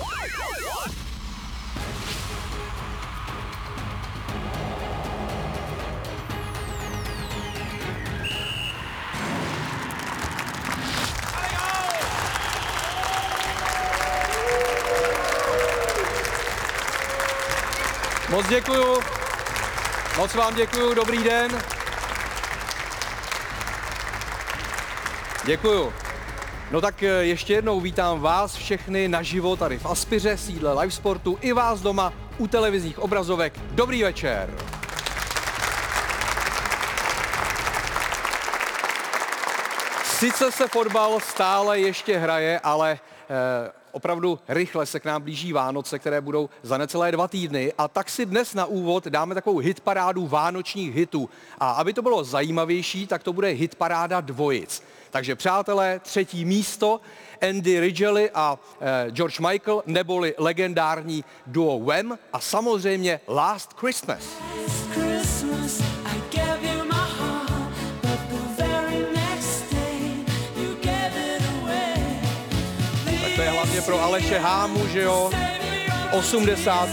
Moc děkuju, moc vám děkuju, dobrý den. Děkuju. No tak ještě jednou vítám vás všechny naživo tady v Aspiře, sídle Live Sportu, i vás doma u televizních obrazovek. Dobrý večer. Sice se fotbal stále ještě hraje, ale opravdu rychle se k nám blíží Vánoce, které budou za necelé 2 týdny, a tak si dnes na úvod dáme takovou hitparádu vánočních hitů. A aby to bylo zajímavější, tak to bude hitparáda dvojic. Takže přátelé, 3. místo Andy Ridgeley a George Michael, neboli legendární duo Wham, a samozřejmě Last Christmas. To je hlavně pro Aleše Hámu, že jo, 80.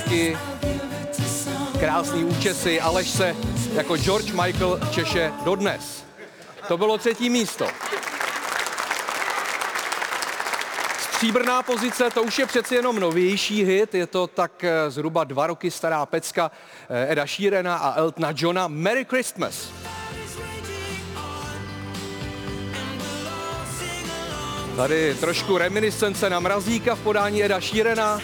Krásný účesy, Aleš se jako George Michael češe dodnes. To bylo 3. místo. Stříbrná pozice, to už je přeci jenom novější hit, je to tak zhruba 2 roky stará pecka Eda Sheerana a Eltona Johna, Merry Christmas. Tady trošku reminiscence na Mrazíka v podání Eda Sheerana.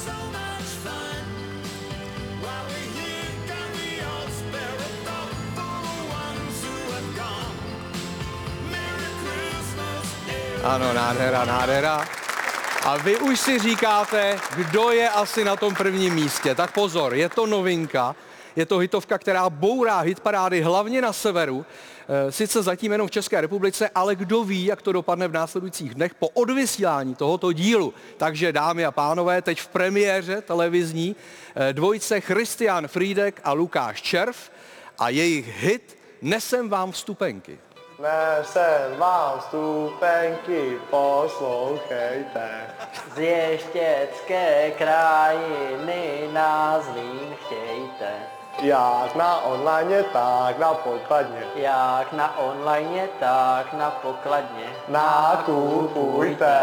Ano, nádhera, nádhera. A vy už si říkáte, kdo je asi na tom 1. místě. Tak pozor, je to novinka, je to hitovka, která bourá hitparády hlavně na severu. Sice zatím jenom v České republice, ale kdo ví, jak to dopadne v následujících dnech po odvysílání tohoto dílu. Takže dámy a pánové, teď v premiéře televizní dvojice Christian Frýdek a Lukáš Červ a jejich hit Nesem vám vstupenky. Nesem vám vstupenky, poslouchejte. Z ještěcké krajiny nás Zlín chtějte. Jak na online, tak na pokladně. Jak na online, tak na pokladně. Nakupujte.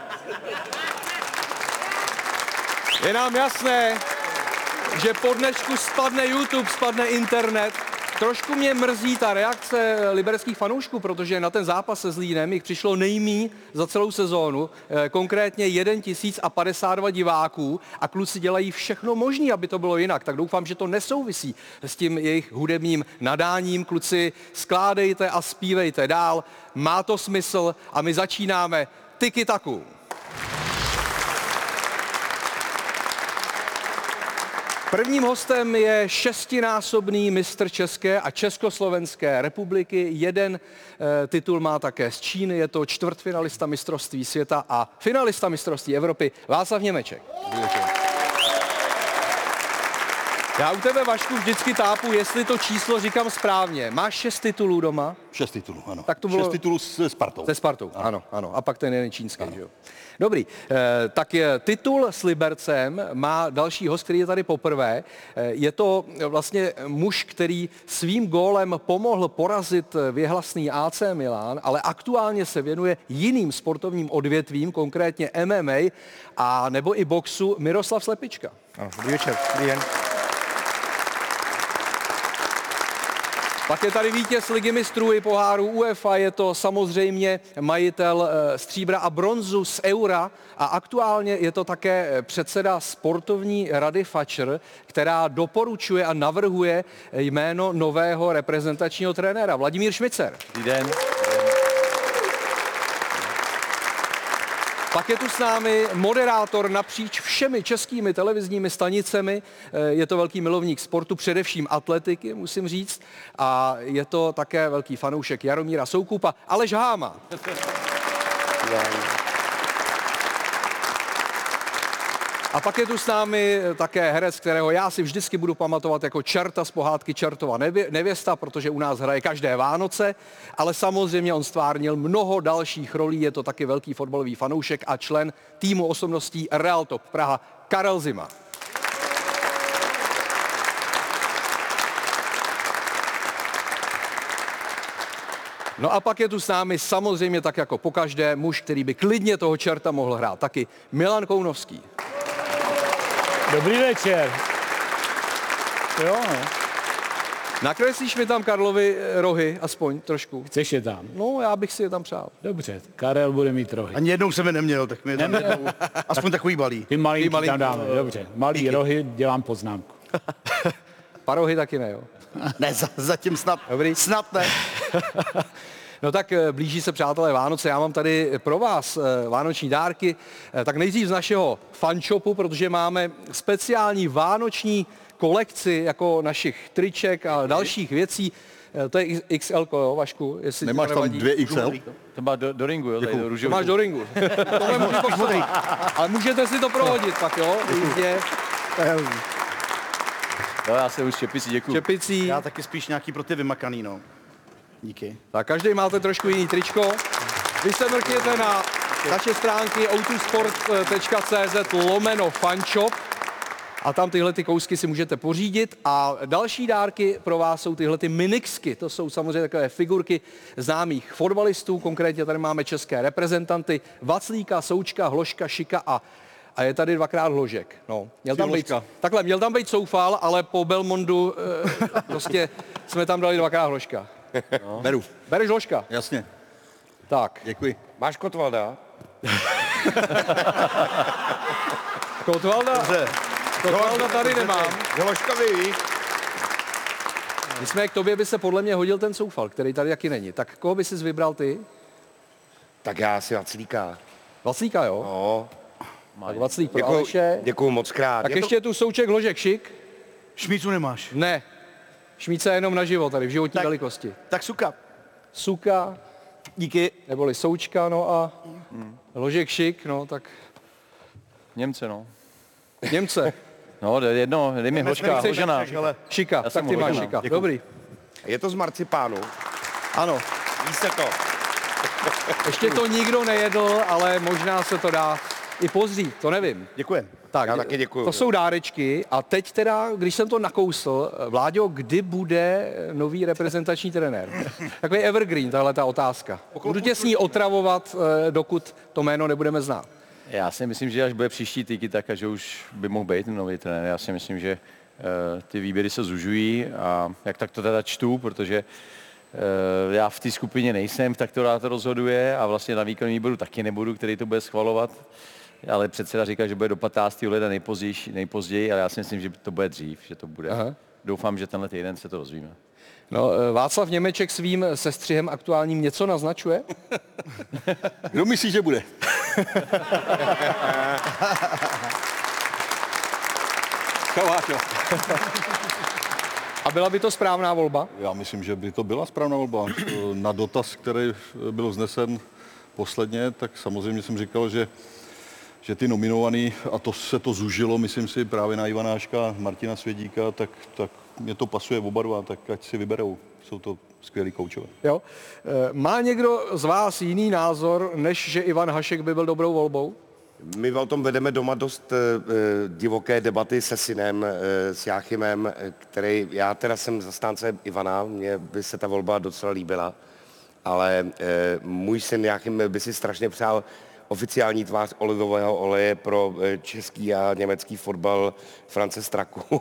Je nám jasné, že po dnešku spadne YouTube, spadne internet. Trošku mě mrzí ta reakce libereckých fanoušků, protože na ten zápas se Zlínem jich přišlo nejmíň za celou sezónu, konkrétně 1052 diváků, a kluci dělají všechno možné, aby to bylo jinak. Tak doufám, že to nesouvisí s tím jejich hudebním nadáním. Kluci, skládejte a zpívejte dál, má to smysl a my začínáme Tiki Taku. Prvním hostem je 6násobný mistr České a Československé republiky. Jeden titul má také z Číny, je to čtvrtfinalista mistrovství světa a finalista mistrovství Evropy Václav Němeček. Já u tebe, Vašku, vždycky tápu, jestli to číslo říkám správně. Máš 6 titulů doma? 6 titulů, ano. Tak to bylo 6 titulů se Spartou. Se Spartou, ano, ano. A pak ten jeden čínský, že jo. Dobrý, tak je titul s Libercem má další host, který je tady poprvé. Je to vlastně muž, který svým gólem pomohl porazit věhlasný AC Milan, ale aktuálně se věnuje jiným sportovním odvětvím, konkrétně MMA a nebo i boxu, Miroslav Slepička. Dobrý večer, dobrý den. Pak je tady vítěz Ligy mistrů i poháru UEFA, je to samozřejmě majitel stříbra a bronzu z Eura a aktuálně je to také předseda sportovní rady FAČR, která doporučuje a navrhuje jméno nového reprezentačního trenéra. Vladimír Šmicer. Dobrý den. Pak je tu s námi moderátor napříč všemi českými televizními stanicemi. Je to velký milovník sportu, především atletiky, musím říct. A je to také velký fanoušek Jaromíra Soukupa, Aleš Háma. A pak je tu s námi také herec, kterého já si vždycky budu pamatovat jako čerta z pohádky Čertova nevěsta, protože u nás hraje každé Vánoce, ale samozřejmě on stvárnil mnoho dalších rolí, je to taky velký fotbalový fanoušek a člen týmu osobností Real Top Praha, Karel Zima. No a pak je tu s námi samozřejmě tak jako pokaždé muž, který by klidně toho čerta mohl hrát, taky Milan Kounovský. Dobrý večer. Jo, no. Nakreslíš mi tam Karlovi rohy, aspoň trošku? Chceš je tam? No, já bych si je tam přál. Dobře, Karel bude mít rohy. Ani jednou jsem je neměl, tak mi tam aspoň takový balí. Ty malý tam dáme, dobře. Malý rohy, dělám poznámku. Parohy taky ne, jo? Ne, zatím snad. Dobrý. Snad ne. No tak blíží se, přátelé, Vánoce. Já mám tady pro vás vánoční dárky. Tak nejdřív z našeho fanshopu, protože máme speciální vánoční kolekci jako našich triček a dalších věcí. To je XL, jo, Vašku? Jestli Nemáš tam 2XL? To má do ringu, jo, tady do růžového. Máš do ringu. Tohle můžu postavit. Ale můžete si to prohodit pak, jo? Jízdě. No, já se už čepicí děkuju. Čepicí. Já taky spíš nějaký pro ty vymakaný, no. Díky. Tak každý máte trošku jiný tričko. Vy se mrkněte na naše stránky outusport.cz/fanshop a tam tyhle ty kousky si můžete pořídit. A další dárky pro vás jsou tyhle ty minixky. To jsou samozřejmě takové figurky známých fotbalistů. Konkrétně tady máme české reprezentanty Vaclíka, Součka, Hloška, Šika a je tady dvakrát Hložek. No, měl tam být Soufal, ale po Belmondu prostě jsme tam dali dvakrát Hloška. No. Beru. Bereš Hloška? Jasně. Tak. Děkuji. Máš Kotvalda? Kotvalda tady nemám. Hloškový. Nicméně k tobě by se podle mě hodil ten Soufal, který tady taky není. Tak koho by jsi vybral ty? Tak já si Vaclíka. Vaclíka, jo? No. Tak Vaclík pro Aleše. Děkuju moc krát. Tak ještě tu Souček, Hložek, Šik? Šmícu nemáš. Ne. Šmíce jenom naživo tady, v životní velikosti. Tak suka. Suka, Díky. neboli Součka, no a Hložek, Šik, no tak Němce, no. Němce. No, jedno, dej mi Hložka, Hložena. Šika, tak jsem ty máš Hložena. Šika. Děkuju. Dobrý. Je to z marcipánu. Ano. Ví se to. Ještě to nikdo nejedl, ale možná se to dá i pozřít, to nevím. Děkujem. Tak, Já taky děkuju. To jsou dárečky a teď teda, když jsem to nakousl, Vláďo, kdy bude nový reprezentační trenér? Takový evergreen, tahle ta otázka. Budu tě s ní otravovat, dokud to jméno nebudeme znát. Já si myslím, že až bude příští týky, tak že už by mohl být nový trenér. Já si myslím, že ty výběry se zužují a jak tak to teda čtu, protože já v té skupině nejsem, tak to rád rozhoduje a vlastně na výkonném výboru taky nebudu, který to bude schvalovat. Ale předseda říká, že bude do 15. ledna nejpozději, ale já si myslím, že to bude dřív, že to bude. Aha. Doufám, že tenhle týden se to rozvíme. No, Václav Němeček svým sestřihem aktuálním něco naznačuje? Kdo myslí, že bude? A byla by to správná volba? Já myslím, že by to byla správná volba. Na dotaz, který byl vznesen posledně, tak samozřejmě jsem říkal, že ty nominovaný, a to se to zúžilo, myslím si, právě na Ivanáška, Martina Svědíka, tak mě to pasuje oba dva, tak ať si vyberou. Jsou to skvělí koučové. Jo. Má někdo z vás jiný názor, než že Ivan Hašek by byl dobrou volbou? My o tom vedeme doma dost divoké debaty se synem, s Jáchymem, který, já teda jsem zastánce Ivana, mně by se ta volba docela líbila, ale můj syn Jáchym by si strašně přál oficiální tvář olivového oleje pro český a německý fotbal France Straku.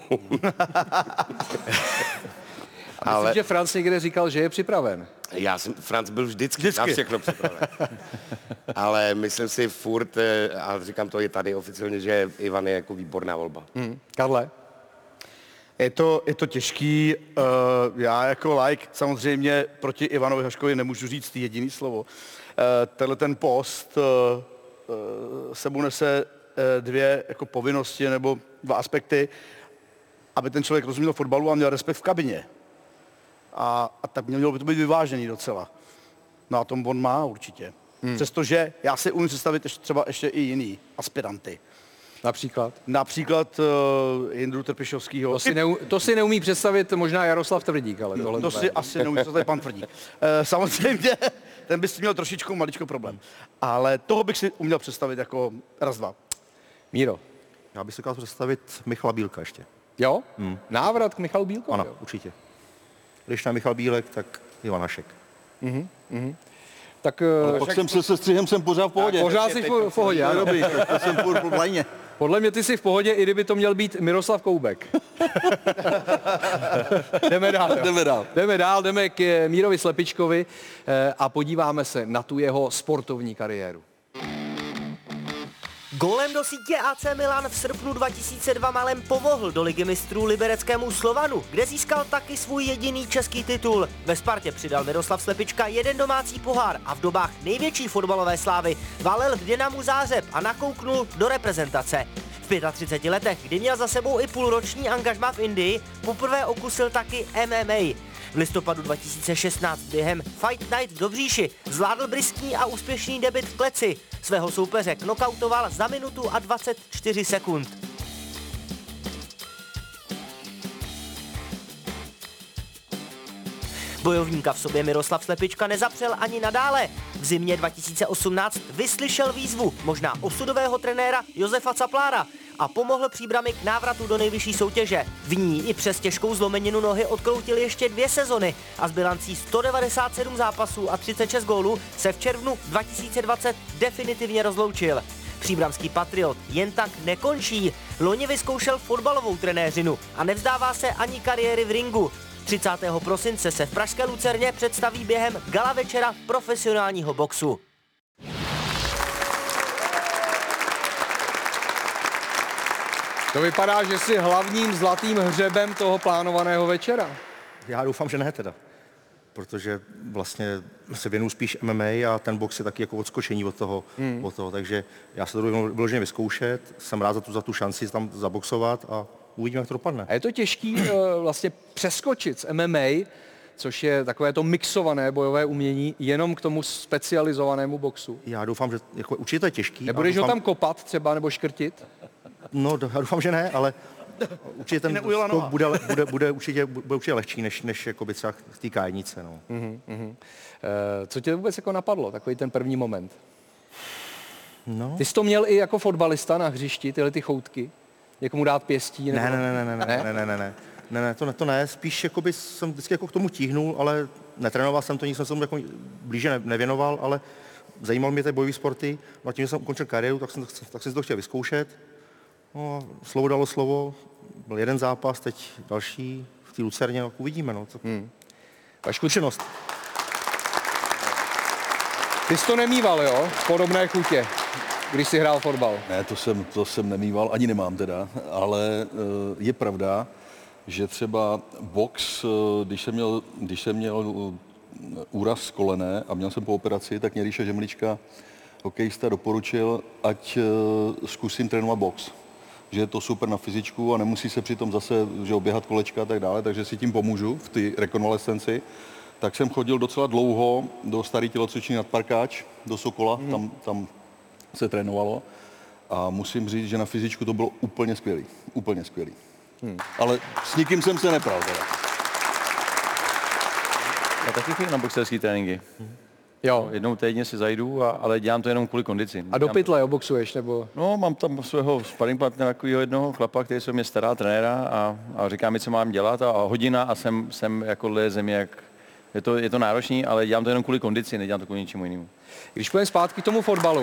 Myslím, že Franc někde říkal, že je připraven. Franc byl vždycky na všechno připraven. Ale myslím si furt, a říkám to i tady oficiálně, že Ivan je jako výborná volba. Karle? Je to těžký. Já jako like samozřejmě proti Ivanovi Haškovi nemůžu říct jediný slovo. Tenhle ten post sebou nese dvě jako povinnosti nebo dva aspekty, aby ten člověk rozuměl fotbalu a měl respekt v kabině. A tak mělo by to být vyvážený docela. No a tom on má určitě. Přestože já si umím představit třeba ještě i jiný aspiranty. Například Jindru Trpišovskýho. To si neumí představit možná Jaroslav Tvrdík, ale tohle To si asi neumí představit pan Tvrdík. Samozřejmě, ten by si měl trošičku maličko problém. Ale toho bych si uměl představit jako raz, dva. Míro. Já bych si dokázal představit Michala Bílka ještě. Jo? Návrat k Michalu Bílkovi. Ano, Jo. určitě. Když ne Michal Bílek, tak Ivan Hašek. Tak Pak jsem se střihem jsem pořád v pohodě. pořád jsi v pohodě, To je ano. dobrý, tak to jsem furt v lajně. Podle mě ty jsi v pohodě, i kdyby to měl být Miroslav Koubek. Jdeme dál. Jo. Jdeme k Mírovi Slepičkovi a podíváme se na tu jeho sportovní kariéru. Gólem do sítě AC Milan v srpnu 2002 malem pomohl do Ligy mistrů libereckému Slovanu, kde získal taky svůj jediný český titul. Ve Spartě přidal Miroslav Slepička jeden domácí pohár a v dobách největší fotbalové slávy valil v Dynamu Zářeb a nakouknul do reprezentace. V 35 letech, kdy měl za sebou i půlroční angažmá v Indii, poprvé okusil taky MMA. V listopadu 2016 během Fight Night v Dobříši zvládl bryský a úspěšný debut v kleci. Svého soupeře knockoutoval za minutu a 24 sekund. Bojovníka v sobě Miroslav Slepička nezapřel ani nadále. V zimě 2018 vyslyšel výzvu možná osudového trenéra Josefa Caplára a pomohl Příbrami k návratu do nejvyšší soutěže. V ní i přes těžkou zlomeninu nohy odkroutil ještě 2 sezony a s bilancí 197 zápasů a 36 gólů se v červnu 2020 definitivně rozloučil. Příbramský Patriot jen tak nekončí. Loni vyzkoušel fotbalovou trenéřinu a nevzdává se ani kariéry v ringu. 30. prosince se v pražské Lucerně představí během gala večera profesionálního boxu. To vypadá, že jsi hlavním zlatým hřebem toho plánovaného večera. Já doufám, že ne teda. Protože vlastně se věnuju spíš MMA a ten box je taky jako odskočení od toho. Takže já se to jdu vyloženě vyzkoušet. Jsem rád za tu šanci tam zaboxovat a uvidíme, jak to dopadne. A je to těžký vlastně přeskočit z MMA, což je takové to mixované bojové umění, jenom k tomu specializovanému boxu. Já doufám, že jako, určitě to je těžký. Nebudeš doufám, ho tam kopat třeba nebo škrtit? No, já doufám, že ne, ale určitě ten skok bude určitě lehčí, než jakoby třeba v té K1. No. Co tě vůbec jako napadlo, takový ten první moment? No. Ty jsi to měl i jako fotbalista na hřišti, tyhle ty choutky? Někomu dát pěstí? Nebo... Ne, to ne, spíš jakoby jsem vždycky jako k tomu tíhnul, ale netrénoval jsem to, nic jsem se tomu jako blíže nevěnoval, ale zajímal mě ty bojové sporty, no a tím, že jsem ukončil kariéru, tak jsem to chtěl vyzkoušet. No, slovo dalo slovo, byl jeden zápas, teď další v té Lucerně, no, uvidíme, no. Zkušenost. Ty jsi to nemýval, jo? V podobné chutě, když jsi hrál fotbal. Ne, to jsem nemýval, ani nemám teda, ale je pravda, že třeba box, když jsem měl úraz z kolene a měl jsem po operaci, tak mě Ríša Žemlička, hokejista, doporučil, ať zkusím trénovat box. Že je to super na fyzičku a nemusí se přitom zase že oběhat kolečka a tak dále, takže si tím pomůžu v té rekonvalescenci. Tak jsem chodil docela dlouho do starý tělocvičny nad Parkáč, do Sokola, tam se trénovalo a musím říct, že na fyzičku to bylo úplně skvělý. Ale s nikým jsem se nepral teda. Já taky chodím na boxerský tréninky. Jo. Jednou týdně si zajdu, ale dělám to jenom kvůli kondici. A do pytle oboxuješ, nebo? No, mám tam svého sparring partnera, takového jednoho chlapa, který se mě stará, trenéra a říká mi, co mám dělat a hodina a jsem jako země, jak je to náročný, ale dělám to jenom kvůli kondici, nedělám to kvůli ničemu jinému. Když půjdeme zpátky k tomu fotbalu,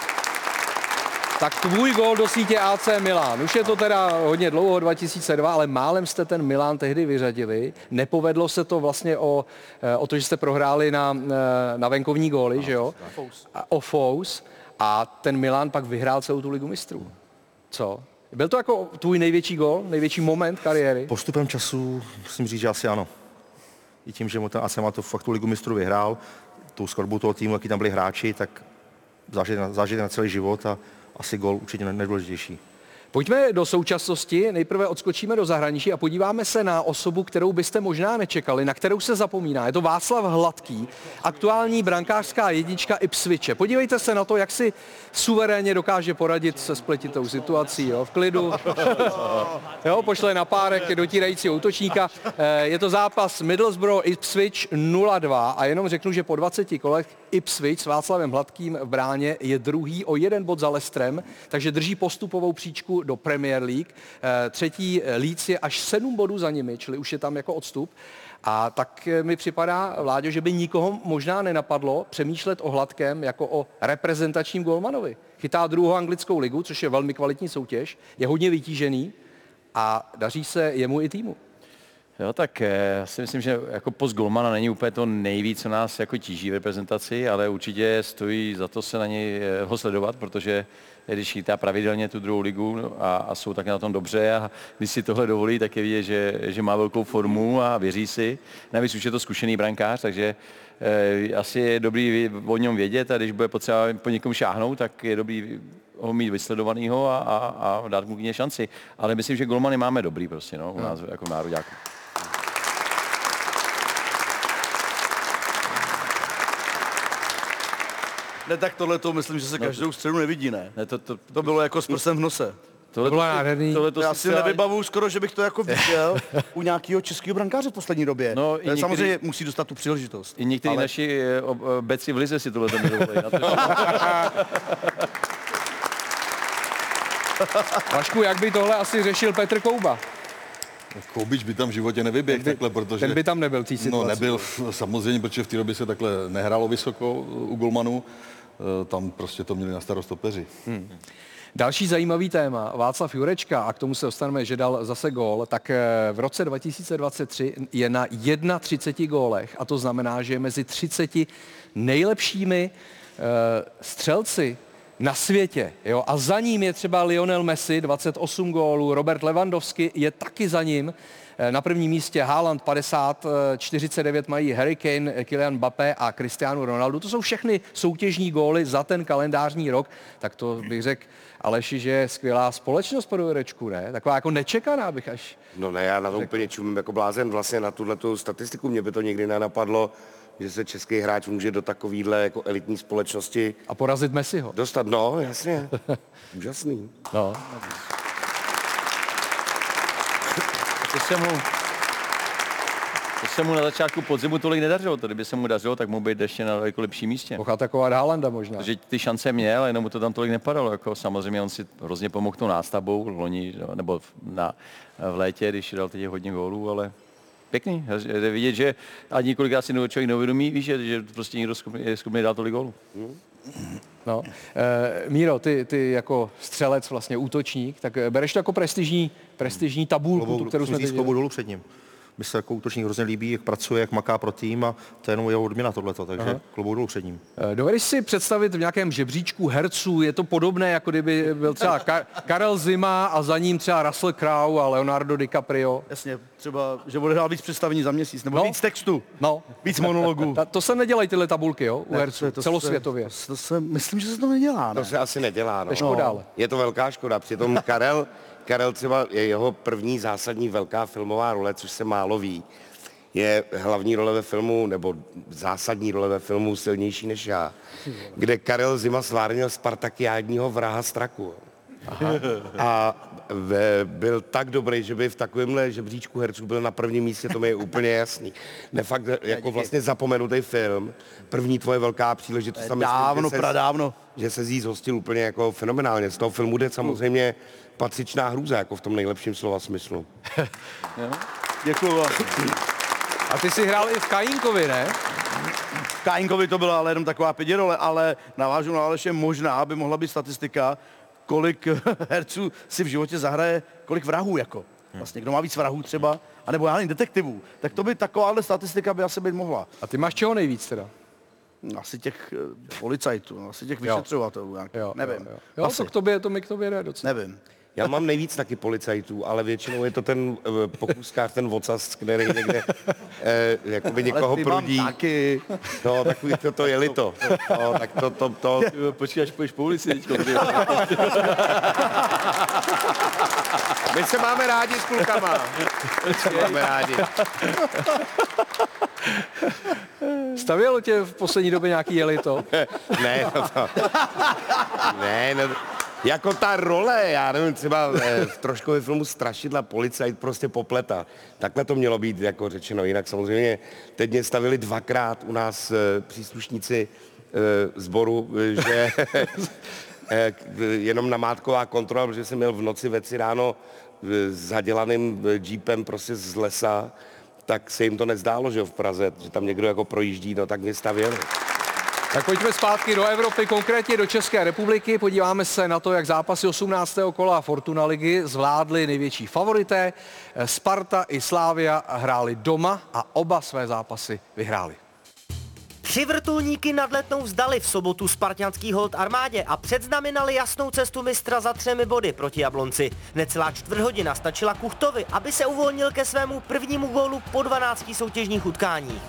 tak tvůj gól do sítě AC Milan. Už je to teda hodně dlouho, 2002, ale málem jste ten Milan tehdy vyřadili. Nepovedlo se to vlastně o to, že jste prohráli na venkovní góly, že jo? O fous. A ten Milan pak vyhrál celou tu ligu mistrů. Co? Byl to jako tvůj největší gól, největší moment kariéry? Postupem času musím říct, že asi ano. I tím, že ten AC Milan to fakt tu ligu mistrů vyhrál, tou skladbou toho týmu, jaký tam byli hráči, tak zážili na celý život a asi gól určitě nejdůležitější. Pojďme do současnosti, nejprve odskočíme do zahraničí a podíváme se na osobu, kterou byste možná nečekali, na kterou se zapomíná. Je to Václav Hladký, aktuální brankářská jednička Ipswiche. Podívejte se na to, jak si suverénně dokáže poradit se spletitou situací, jo, v klidu. Jo, pošle na párek dotírajícího útočníka. Je to zápas Middlesbrough Ipswich 0-2 a jenom řeknu, že po 20 kolech Ipswich s Václavem Hladkým v bráně je druhý o 1 bod za Leicesterem, takže drží postupovou příčku do Premier League. Třetí Leeds je až 7 bodů za nimi, čili už je tam jako odstup. A tak mi připadá, Vláďo, že by nikoho možná nenapadlo přemýšlet o Hladkém jako o reprezentačním golmanovi. Chytá druhou anglickou ligu, což je velmi kvalitní soutěž, je hodně vytížený a daří se jemu i týmu. Jo, tak já si myslím, že jako post golmana není úplně to nejvíc, co nás jako tíží v reprezentaci, ale určitě stojí za to se na něj ho sledovat, protože když chytá pravidelně tu druhou ligu a jsou také na tom dobře a když si tohle dovolí, tak je vidět, že má velkou formu a věří si. Navíc už je to zkušený brankář, takže asi je dobrý o něm vědět a když bude potřeba po někom šáhnout, tak je dobrý ho mít vysledovanýho a dát mu k něj šanci. Ale myslím, že golmany máme dobrý prostě, no, u nás jako nároďáků. Ne, tak tohle to myslím, že se každou středu nevidí, ne? To bylo jako s prsem v nose. To bylo nádherný. Já si nevybavuju skoro, že bych to jako viděl u nějakého českého brankáře v poslední době. No, samozřejmě musí dostat tu příležitost. I někteří naši beci v lize si tohle nedovolí. Vašku, jak by tohle asi řešil Petr Kouba? Koubič by tam v životě nevyběhl takhle, protože... Ten by tam nebyl v té situaci. No nebyl samozřejmě, protože v té době se takhle nehrálo vysoko u golmanů. Tam prostě to měli na starost stopeři. Další zajímavý téma, Václav Jurečka, a k tomu se dostaneme, že dal zase gól, tak v roce 2023 je na 31 gólech a to znamená, že je mezi 30 nejlepšími střelci na světě. Jo? A za ním je třeba Lionel Messi, 28 gólů, Robert Lewandowski je taky za ním. Na prvním místě Haaland 50, 49 mají Harry Kane, Kylian Mbappé a Cristiano Ronaldo. To jsou všechny soutěžní góly za ten kalendářní rok. Tak to bych řekl, Aleši, že je skvělá společnost pro Jurečku, ne? Taková jako nečekaná bych až... No ne, já na to úplně čumím jako blázen vlastně na tuhletu statistiku. Mě by to nikdy nenapadlo, že se český hráč může do takovýhle jako elitní společnosti... A porazit Messiho. Dostat, no, jasně. Úžasný. No. To se mu na začátku podzimu tolik nedařilo. To, kdyby se mu dařilo, tak mohl být ještě na daleko lepším místě. Mohl atakovat Haalanda možná. Takže ty šance měl, jenom mu to tam tolik nepadalo. Jako samozřejmě on si hrozně pomohl tou nástavbou loni, nebo v létě, když dal teď hodně gólů, ale pěkný. Je vidět, že a několikrát si člověk neuvědomí, víš, že prostě někdo je schopný dát tolik gólů. No. Míro, ty jako střelec, vlastně útočník, tak bereš to jako prestižní tabulku, tu, kterou jsme teď viděli. Dolů před ním. Mi se jako útočník hrozně líbí, jak pracuje, jak maká pro tým a to je jenom jeho odměna tohleto, takže klobouk dolů před ním. Dovedeš si představit v nějakém žebříčku herců, je to podobné, jako kdyby byl třeba Karel Zima a za ním třeba Russell Crowe a Leonardo DiCaprio? Jasně, třeba, že bude hrát víc představení za měsíc, nebo víc textu, víc monologů. To se nedělají tyhle tabulky, jo, u herců, celosvětově. To se, myslím, že se to nedělá, ne? To se asi nedělá, no. Je škoda, ale. Je to velká škoda, přitom Karel třeba je jeho první zásadní velká filmová role, což se málo ví. Je hlavní role ve filmu, nebo zásadní role ve filmu Silnější než já, kde Karel Zima stvárnil spartakiádního vraha Straku. Aha. A byl tak dobrý, že by v takovémhle žebříčku herců byl na prvním místě, to mi je úplně jasný. Ne fakt jako vlastně zapomenutý film, první tvoje velká příležitost. Dávno. Že se jí zhostil úplně jako fenomenálně. Z toho filmu jde samozřejmě patřičná hrůza, jako v tom nejlepším slova smyslu. Děkuju. A ty jsi hrál i v Kajínkovi, ne? V Kajínkovi to byla ale jenom taková pěděrole, ale navážu na Aleše, možná by mohla být statistika, kolik herců si v životě zahraje, kolik vrahů jako. Vlastně, kdo má víc vrahů třeba, anebo já nevím, detektivů. Tak to by takováhle statistika by asi být mohla. A ty máš čeho nejvíc teda? Asi těch policajtů, asi těch vyšetřovatelů, nevím. Jo, to mi k tobě jde docela. Nevím. Já mám nejvíc taky policajtů, ale většinou je to ten pokuskář, ten vocas, který někde jakoby někoho prudí. Mám taky. No, takový to jeli to. No, tak to. Počkej, až půjdeš po ulici teďko. My se máme rádi s klukama. My se máme rádi. Stavělo tě v poslední době nějaký jelito? Ne, ne, jako ta role, já nevím, třeba trošku ve filmu Strašidla policajt prostě popleta. Takhle to mělo být jako řečeno. Jinak samozřejmě teď mě stavili dvakrát u nás příslušníci sboru, že jenom namátková kontrola, protože jsem měl v noci ve 3 ráno s zadělaným jeepem prostě z lesa, tak se jim to nezdálo, že v Praze, že tam někdo jako projíždí, no tak mě stavěli. Tak pojďme zpátky do Evropy, konkrétně do České republiky. Podíváme se na to, jak zápasy 18. kola Fortuna ligy zvládli největší favorité. Sparta i Slavia hráli doma a oba své zápasy vyhráli. 3 vrtulníky nad Letnou vzdali v sobotu spartianský hold armádě a předznamenali jasnou cestu mistra za 3 body proti Jablonci. Necelá čtvrthodina stačila Kuchtovi, aby se uvolnil ke svému prvnímu gólu po 12 soutěžních utkáních.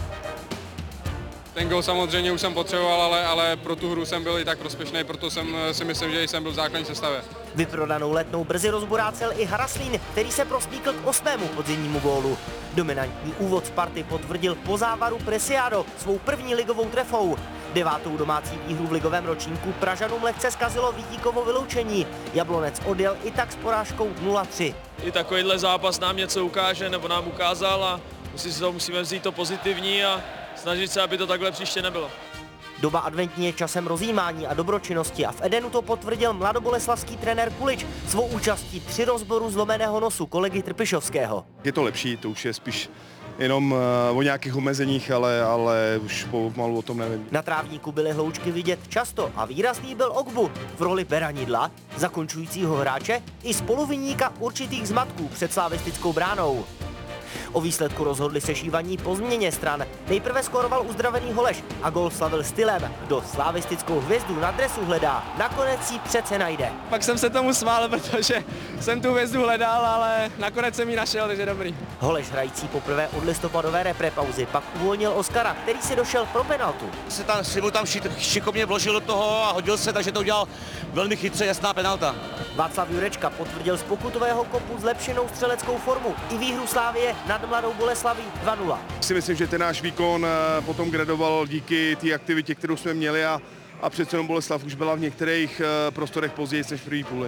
Ten gól samozřejmě už jsem potřeboval, ale pro tu hru jsem byl i tak prospěšný, proto si myslím, že jsem byl v základní sestavě. Vyprodanou Letnou brzy rozborácel i Haraslín, který se prosmíkl k 8. podzimnímu gólu. Dominantní úvod Sparty potvrdil po závaru Preciado svou první ligovou trefou. 9. domácí výhru v ligovém ročníku Pražanům lehce zkazilo Vítíkovo vyloučení. Jablonec odjel i tak s porážkou 0-3. I takovýhle zápas nám něco ukáže, nebo nám ukázal a musíme vzít to pozitivní a snažit se, aby to takhle příště nebylo. Doba adventní je časem rozjímání a dobročinnosti a v Edenu to potvrdil mladoboleslavský trenér Kulič svou účastí při rozboru zlomeného nosu kolegy Trpišovského. Je to lepší, to už je spíš jenom o nějakých omezeních, ale už pomalu o tom nevím. Na trávníku byly hloučky vidět často a výrazný byl Ogbu v roli beranidla, zakončujícího hráče i spoluviníka určitých zmatků před slavistickou bránou. O výsledku rozhodli sešívaní po změně stran. Nejprve skóroval uzdravený Holeš a gól slavil stylem. Kdo slavistickou hvězdu na dresu hledá, nakonec ji přece najde. Pak jsem se tomu smál, protože jsem tu hvězdu hledal, ale nakonec jsem ji našel, takže dobrý. Holeš hrající poprvé od listopadové reprepauzy pak uvolnil Oskara, který si došel pro penaltu. Tam šikovně vložil do toho a hodil se, takže to udělal velmi chytře, jasná penalta. Václav Jurečka potvrdil z pokutového kopu zlepšenou střeleckou formu i výhru Slavie nad Mladou Boleslaví 2-0. Si myslím, že ten náš výkon potom gradoval díky té aktivitě, kterou jsme měli a přece jenom Boleslav už byla v některých prostorech později než v první půli.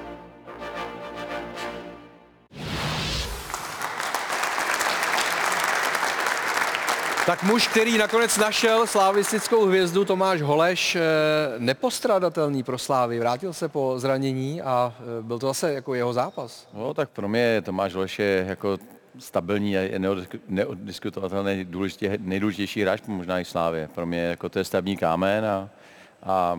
Tak muž, který nakonec našel slavistickou hvězdu, Tomáš Holeš, nepostradatelný pro Slávy. Vrátil se po zranění a byl to zase jako jeho zápas. No tak pro mě Tomáš Holeš je jako stabilní a neoddiskutovatelný nejdůležitější hráč, možná i Slávě. Pro mě jako to je stavební kámen a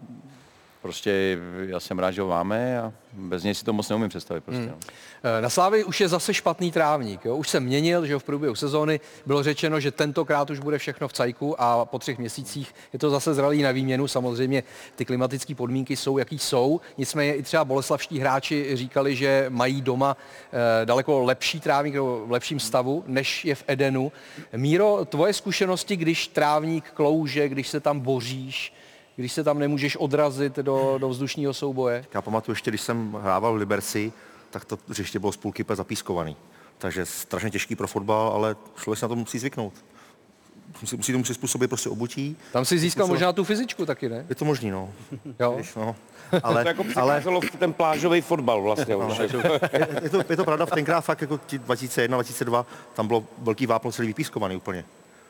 prostě já jsem rád, že ho máme a bez něj si to moc neumím představit. Prostě, Na Slávii už je zase špatný trávník. Jo? Už se měnil, že v průběhu sezóny bylo řečeno, že tentokrát už bude všechno v cajku a po 3 měsících je to zase zralý na výměnu. Samozřejmě ty klimatické podmínky jsou, jaký jsou. Nicméně i třeba boleslavští hráči říkali, že mají doma daleko lepší trávník v lepším stavu, než je v Edenu. Míro, tvoje zkušenosti, když trávník klouže, když se tam boříš, když se tam nemůžeš odrazit do vzdušního souboje? Já pamatuju ještě, když jsem hrával v Liberci, tak to hřiště bylo z půlky zapískovaný. Takže strašně těžký pro fotbal, ale člověk se na to musí zvyknout. Musí tomu přizpůsobit prostě obutí. Tam si získal možná tu fyzičku taky, ne? Je to možný, no. Jo. No. Ale, to jako přicházelo ten plážový fotbal vlastně. No, je to pravda, tenkrát fakt jako 2001, 2002, tam bylo velký vápno celý vypískovaný úplně.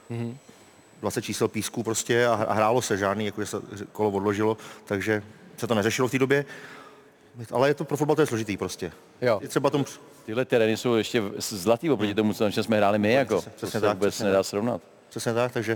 20 čísel písku prostě a hrálo se, žádný, jako se kolo odložilo, takže se to neřešilo v té době. Ale je to pro fotbal to je složitý prostě. Jo. Je třeba tomu... Tyhle terény jsou ještě zlatý oproti tomu, co jsme hráli my, jako. Přesně to tak, vůbec přesně nedá tak. srovnat. Přesně tak, takže...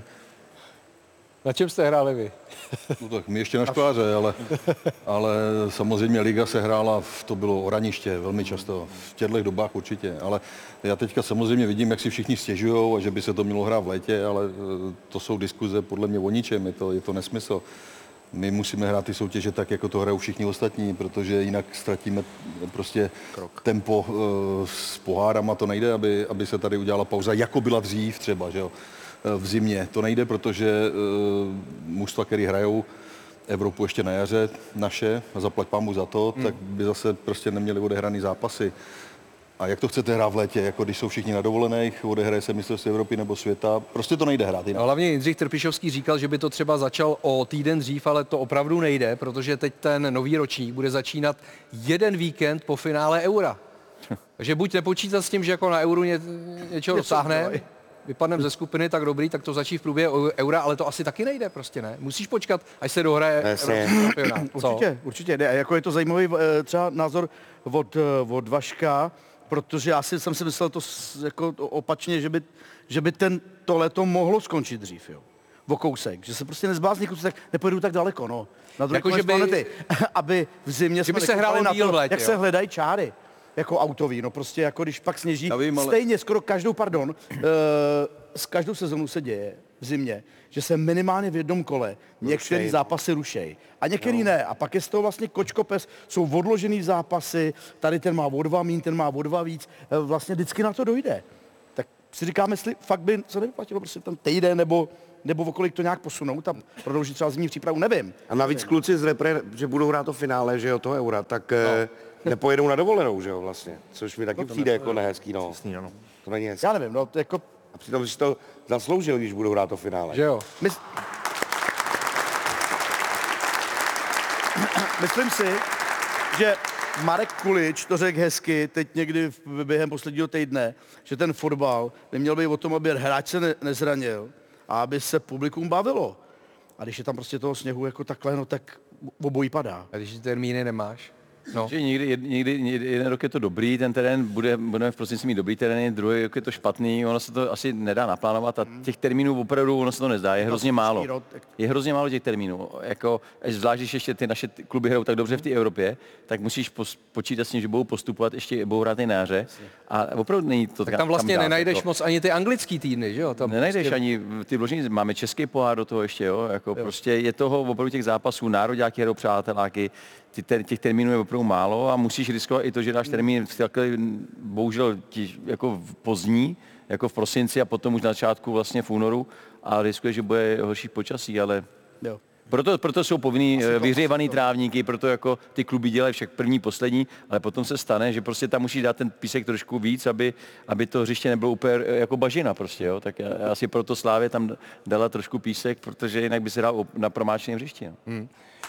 Na čem jste hráli vy? No tak my ještě na škváře, ale samozřejmě liga se hrála, to bylo oraniště velmi často, v těchto dobách určitě, ale já teďka samozřejmě vidím, jak si všichni stěžujou a že by se to mělo hrát v létě, ale to jsou diskuze podle mě o ničem, je to nesmysl. My musíme hrát ty soutěže tak, jako to hrajou všichni ostatní, protože jinak ztratíme prostě tempo s pohárama, to nejde, aby se tady udělala pauza, jako byla dřív třeba, že jo. V zimě. To nejde, protože mužstva, který hrajou, Evropu ještě na jaře naše, a zaplať pámu za to, tak by zase prostě neměli odehraný zápasy. A jak to chcete hrát v létě, jako když jsou všichni na dovolených, odehraje se mistrovství Evropy nebo světa, prostě to nejde hrát jinak. Hlavně Jindřich Trpišovský říkal, že by to třeba začal o týden dřív, ale to opravdu nejde, protože teď ten nový ročník bude začínat jeden víkend po finále Eura. Takže buď nepočítat s tím, že jako na Euru něčeho dosáhne, vypadneme ze skupiny, tak dobrý, tak to začí v průběhu Eura, ale to asi taky nejde prostě, ne? Musíš počkat, až se dohraje Evropský šampionát. Určitě. Jako je to zajímavý třeba názor od Vaška, protože já jsem si myslel to jako opačně, že by to léto mohlo skončit dřív, jo. O kousek, že se prostě nezblázní, tak nepojedu tak daleko, no. Na druhý konec planety, aby v zimě jsme se hrálo na to, létě, jak se hledají čáry. Jako autový, no prostě jako když pak sněží, vím, ale... stejně skoro s každou sezonu se děje v zimě, že se minimálně v jednom kole některé zápasy rušejí a některý ne. A pak je z toho vlastně kočkopes, jsou odložený zápasy, tady ten má o 2 míň, ten má o 2 víc, vlastně vždycky na to dojde. Tak si říkáme, jestli fakt by se nevyplatilo prostě ten týden nebo okolik to nějak posunout a prodloužit třeba zimní přípravu, nevím. A navíc kluci z repre, že budou hrát to finále, že jo, toho Eura, tak nepojedou na dovolenou, že jo, vlastně. Což mi taky přijde jako nehezký, no. To není hezký. Já nevím, no, jako... A přitom si to zasloužil, když budou hrát to finále. Že jo. Myslím si, že Marek Kulič to řekl hezky teď někdy během posledního týdne, že ten fotbal by měl být o tom, aby hráč se nezranil a aby se publikum bavilo. A když je tam prostě toho sněhu jako takhle, no tak obojí padá. A když ty termíny nemáš? No. Někdy jeden rok je to dobrý, ten terén budeme v prosinci mít dobrý terén, druhý rok je to špatný, ono se to asi nedá naplánovat a těch termínů opravdu ono se to nezdá, je hrozně málo. Je hrozně málo těch termínů, jako zvlášť, když ještě ty naše kluby hrajou tak dobře v té Evropě, tak musíš počítat s tím, že budou postupovat, ještě budou hrát i na jaře a opravdu není to tak tam vlastně nenajdeš moc ani ty anglický týdny, že jo? Tam nenajdeš prostě... ani ty vložení, máme český pohár do toho ještě, jo? Jako prostě je toho opravdu těch zápasů, nároďáky hrajou přáteláky, těch termínů je opravdu málo a musíš riskovat i to, že dáš termín bohužel jako pozdní, jako v prosinci a potom už na začátku vlastně v únoru a riskuješ, že bude horší počasí, ale jo. Proto jsou povinný vyhřívaný trávníky, proto jako ty kluby dělají však první, poslední, ale potom se stane, že prostě tam musíš dát ten písek trošku víc, aby to hřiště nebylo úplně jako bažina prostě, jo. Tak asi proto Slávě tam dala trošku písek, protože jinak by se dal na promáčeném hřišti. No.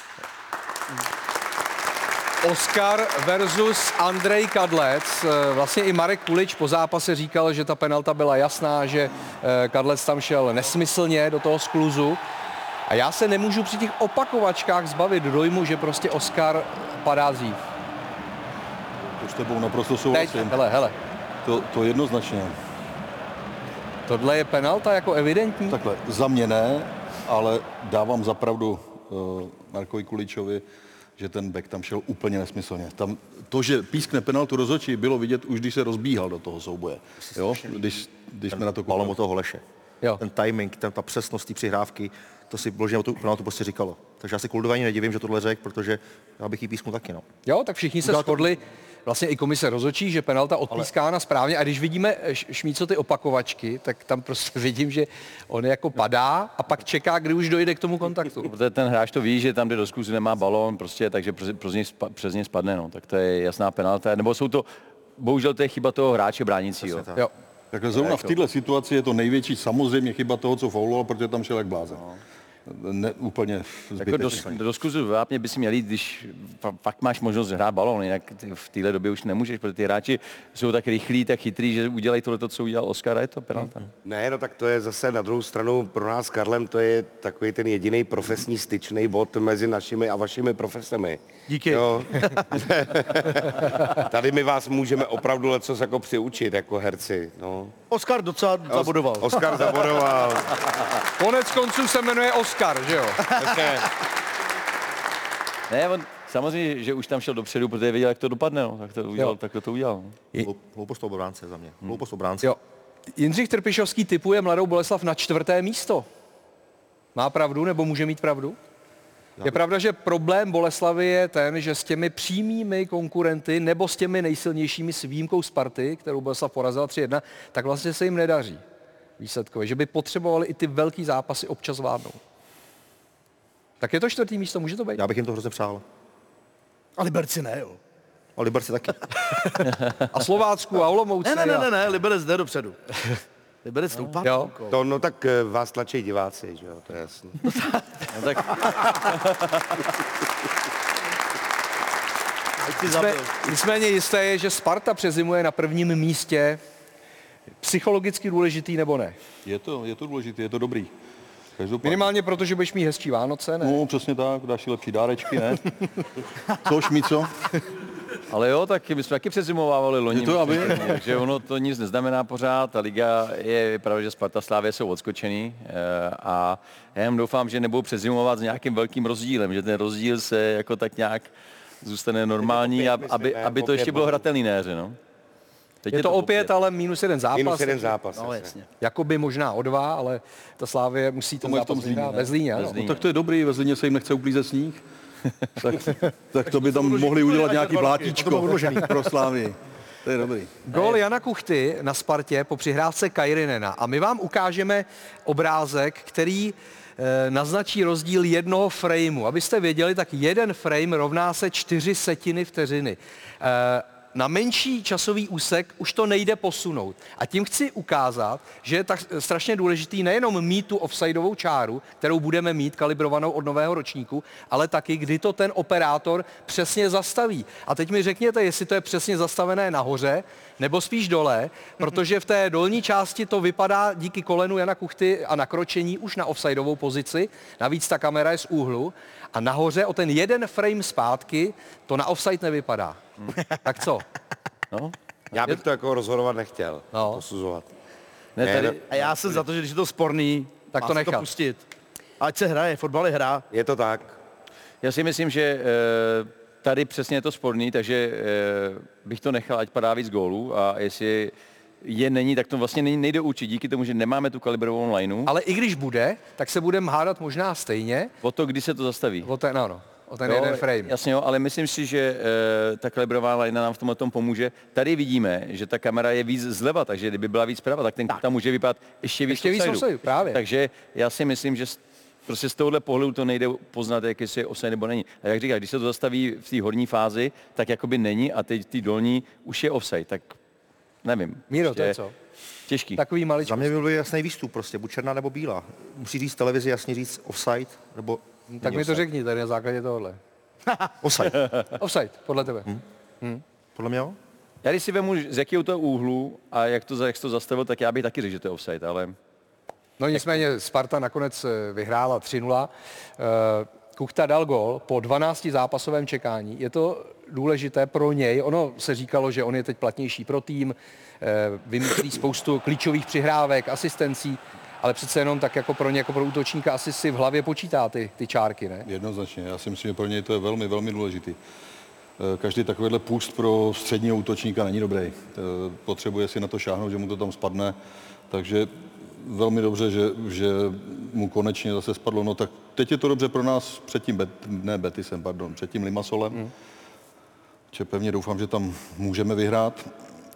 Oskar versus Andrej Kadlec. Vlastně i Marek Kulič po zápase říkal, že ta penalta byla jasná, že Kadlec tam šel nesmyslně do toho skluzu. A já se nemůžu při těch opakovačkách zbavit dojmu, že prostě Oskar padá dřív. To s tebou naprosto souhlasím. Hele. To jednoznačně. Tohle je penalta jako evidentní? Takhle, za mě ne, ale dávám za pravdu Markovi Kuličovi, že ten back tam šel úplně nesmyslně. Tam to, že pískne penaltu rozhodčí, bylo vidět už, když se rozbíhal do toho souboje. Jo? Když jsme na to koukali. Toho Holeše. Jo. Ten timing, ta přesnost té přihrávky, to si vloženě o tu penaltu prostě říkalo. Takže já si Kuldování nedivím, že tohle řekl, protože já bych jí písknul taky, no. Jo, tak všichni se shodli, vlastně i komise rozhodčí, že penalta odpískána správně a když vidíme Šmíco ty opakovačky, tak tam prostě vidím, že on jako padá a pak čeká, kdy už dojde k tomu kontaktu. Protože ten hráč to ví, že tam, kde do skluzu nemá balón, prostě, takže přes něj spadne, no. Tak to je jasná penalta, nebo jsou to, bohužel to je chyba toho hráče bránícího. Jo. Takže zrovna v této situaci je to největší samozřejmě chyba toho, co fauloval, protože tam šel jak blázen. Ne, úplně zbytečně. Jako do skluzu vápně by si měl jít, když fakt máš možnost hrát balón, jinak v téhle době už nemůžeš, protože ty hráči jsou tak rychlí, tak chytrý, že udělají tohle, co udělal Oskar, a je to penalta. Ne, no tak to je zase na druhou stranu pro nás s Karlem, to je takový ten jediný profesní styčný bod mezi našimi a vašimi profesemi. Díky. Jo. Tady my vás můžeme opravdu lecos jako přiučit, jako herci. No. Oskar docela zabodoval. Oskar zabodoval. Konec konců se jmenuje Oskar, že jo? Ne, on samozřejmě, že už tam šel dopředu, protože věděl, jak to dopadne, no. Tak to udělal. Hloupost obránce za mě. Hloupost obránce. Jo. Jindřich Trpišovský tipuje Mladou Boleslav na 4. místo. Má pravdu, nebo může mít pravdu? Je pravda, že problém Boleslavy je ten, že s těmi přímými konkurenty nebo s těmi nejsilnějšími s výjimkou Sparty, kterou Boleslav porazila 3-1, tak vlastně se jim nedaří výsledkově, že by potřebovali i ty velký zápasy občas vládnout. Tak je to 4. místo, může to být? Já bych jim to hrozně přál. A Liberci ne, jo. A Liberci taky. A Slovácku a Olomouci. Ne, Liberec jde dopředu. Liberec stoupá. Jo. To, no tak vás tlačí diváci, že jo, to je jasný. No tak Nicméně jisté je, že Sparta přezimuje na 1. místě. Psychologicky důležitý nebo ne? Je to důležité, je to dobrý. Každopádně. Minimálně proto, že budeš mít hezčí Vánoce, ne? No, přesně tak, dáš si lepší dárečky, ne? Což mi co? Ale jo, tak my jsme taky přezimovávali loni. Je to aby? Takže ono to nic neznamená pořád. Ta liga je pravda, že Sparta, Slavia jsou odskočený a já jen doufám, že nebudou přezimovat s nějakým velkým rozdílem, že ten rozdíl se jako tak nějak zůstane normální, aby to ještě bylo hratelný na jaře, no. Teď je to opět, ale -1 zápas. -1 zápas. No, jasně. Jakoby možná o 2, ale ta Slavie musí ten zápas vyhrát ve Zlíně. Ano. No, tak to je dobrý, ve Zlíně se jim nechce uklízet sníh. tak to by tam mohli udělat nějaký blátíčko pro Slávii. To je dobrý. Gól Jana Kuchty na Spartě po přihrávce Kairinena. A my vám ukážeme obrázek, který naznačí rozdíl jednoho frameu. Abyste věděli, tak jeden frame rovná se 4/7 vteřiny. Na menší časový úsek už to nejde posunout. A tím chci ukázat, že je tak strašně důležitý nejenom mít tu offsideovou čáru, kterou budeme mít kalibrovanou od nového ročníku, ale taky, kdy to ten operátor přesně zastaví. A teď mi řekněte, jestli to je přesně zastavené nahoře, nebo spíš dole, protože v té dolní části to vypadá díky kolenu Jana Kuchty a nakročení už na offsideovou pozici. Navíc ta kamera je z úhlu. A nahoře o ten jeden frame zpátky to na offside nevypadá. Tak co? No? Já bych to jako rozhodovat nechtěl, posuzovat. Ne, tady... A já jsem za to, že když je to sporný, tak to nechat. To pustit. Ať se hraje, fotbal je hra. Je to tak. Já si myslím, že tady přesně je to sporný, takže bych to nechal, ať padá víc gólů a jestli je není, tak to vlastně nejde určit díky tomu, že nemáme tu kalibrovanou lineu. Ale i když bude, tak se budeme hádat možná stejně. O to, kdy se to zastaví. O ten jeden frame. Jasně, jo, ale myslím si, že ta kalibrovaná linea nám v tomhle tom pomůže. Tady vidíme, že ta kamera je víc zleva, takže kdyby byla víc zprava, tak ten tam může vypadat ještě víc offsideu, právě. Takže já si myslím, že prostě z tohohle pohledu to nejde poznat, jestli je offside nebo není. A jak říkáš, když se to zastaví v té horní fázi, tak jakoby není a teď v té dolní už je offside, tak nevím. Míro, to je co? Těžký. Takový maličký. Za mě by byl jasný výstup prostě, buď černá nebo bílá. Musí říct televizi jasně říct offside, nebo... Tak mi to řekni tady na základě tohohle. Offside. Offside, podle tebe. Podle mě jo? Já když si vemu, z jakého to úhlu a jak to zastavil, tak já bych taky řekl, že to je offside, ale... No nicméně Sparta nakonec vyhrála 3-0. Kuchta dal gól po 12 zápasovém čekání. Je to důležité pro něj. Ono se říkalo, že on je teď platnější pro tým, vymyslí spoustu klíčových přihrávek, asistencí, ale přece jenom tak jako pro ně, jako pro útočníka asi si v hlavě počítá ty čárky, ne? Jednoznačně. Já si myslím, že pro něj to je velmi, velmi důležitý. Každý takovýhle půst pro středního útočníka není dobrý. Potřebuje si na to šáhnout, že mu to tam spadne. Takže velmi dobře, že mu konečně zase spadlo. No tak teď je to dobře pro nás před tím, před tím Limassolem. Pevně doufám, že tam můžeme vyhrát.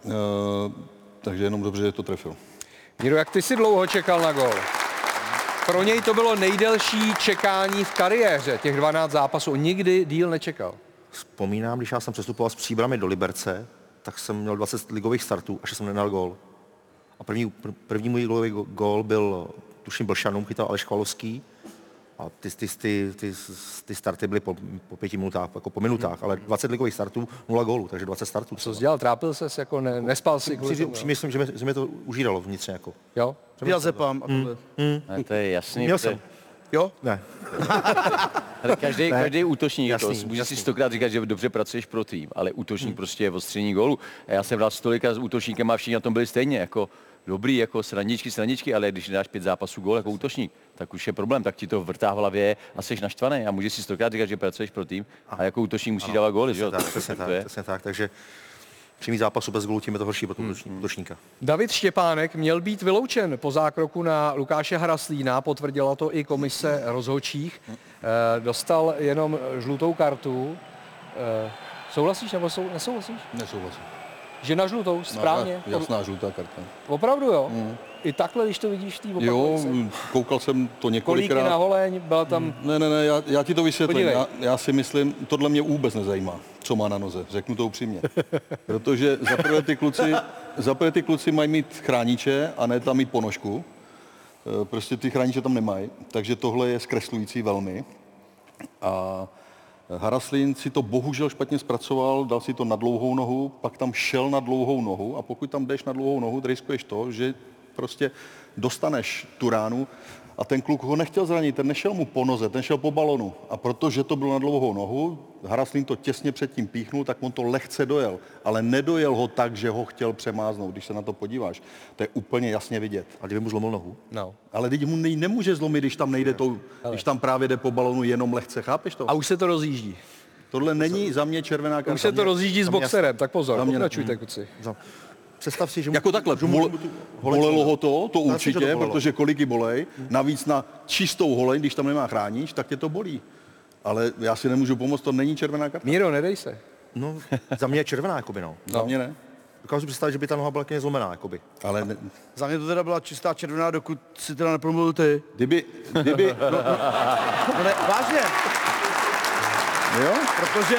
Takže jenom dobře, že to trefil. Míro, jak ty jsi dlouho čekal na gól? Pro něj to bylo nejdelší čekání v kariéře, těch 12 zápasů. Nikdy díl nečekal. Vzpomínám, když já jsem přestupoval s Příbrami do Liberce, tak jsem měl 20 ligových startů, až jsem nedal gól. A první můj ligový gól byl, tuším, Blšanům, chytal Aleš Chvalovský. A ty starty byly po 5 minutách, jako po minutách, ale 20 ligových startů, 0 gólů, takže 20 startů. Co jsi dělal? Trápil ses? Jako nespal si? Myslím, že mi to užíralo vnitřně. Jako. Jo? Já zepám. To je jasný. Měl jsem. Jo? Ne. Ale každý útočník, může si 100krát říkat, že dobře pracuješ pro tým, ale útočník prostě je odstření gólu. A já jsem hrál s tolika s útočníkem a všichni na tom byli stejně, jako dobrý, jako srandičky, ale když dáš 5 zápasů gól jako útočník, tak už je problém, tak ti to vrtá v hlavě a jsi naštvaný a můžeš si 100krát říkat, že pracuješ pro tým a jako útočník musí dávat góly, že jo? Přesně tak, takže při mít zápasu bez gólu, tím je to horší pro útočníka. David Štěpánek měl být vyloučen po zákroku na Lukáše Hraslína, potvrdila to i komise rozhodčích. Dostal jenom žlutou kartu. Souhlasíš nebo nesouhlasíš? Nesouhlasím. Že na žlutou, správně. Jasná žlutá karta. Opravdu jo? I takhle, když to vidíš v té Jo, koukal jsem to několikrát. Kolíky na holeň, byla tam... Ne, já ti to vysvětlím. Já si myslím, tohle mě vůbec nezajímá, co má na noze, řeknu to upřímně. Protože zaprvé ty kluci mají mít chrániče a ne tam mít ponožku. Prostě ty chrániče tam nemají, takže tohle je zkreslující velmi. A Haraslín si to bohužel špatně zpracoval, dal si to na dlouhou nohu, pak tam šel na dlouhou nohu a pokud tam jdeš na dlouhou nohu, riskuješ to, že prostě dostaneš tu ránu a ten kluk ho nechtěl zranit, ten nešel mu po noze, ten šel po balonu. A protože to bylo na dlouhou nohu, Haraslín to těsně předtím píchnul, tak on to lehce dojel. Ale nedojel ho tak, že ho chtěl přemáznout, když se na to podíváš. To je úplně jasně vidět. A kdyby mu zlomil nohu? No. Ale teď mu nemůže zlomit, když tam nejde to, když tam právě jde po balonu jenom lehce, chápeš to? A už se to rozjíždí. Tohle není za mě červená karta. Už se to rozjíždí s boxerem, tak pozor, pokračujte, kluci. Představ si, že jako takhle, bolelo ho to určitě, protože koliky bolej, navíc na čistou holeň, když tam nemá chránič, tak tě to bolí. Ale já si nemůžu pomoct, to není červená karta. Míro, nedej se. No, za mě je červená, jakoby, no. Za mě ne. Dokážu si představit, že by ta noha byla zlomená, jakoby. Ale ne. Za mě to teda byla čistá červená, dokud si teda nepromluvil ty. Kdyby no ne, vážně. Jo? Protože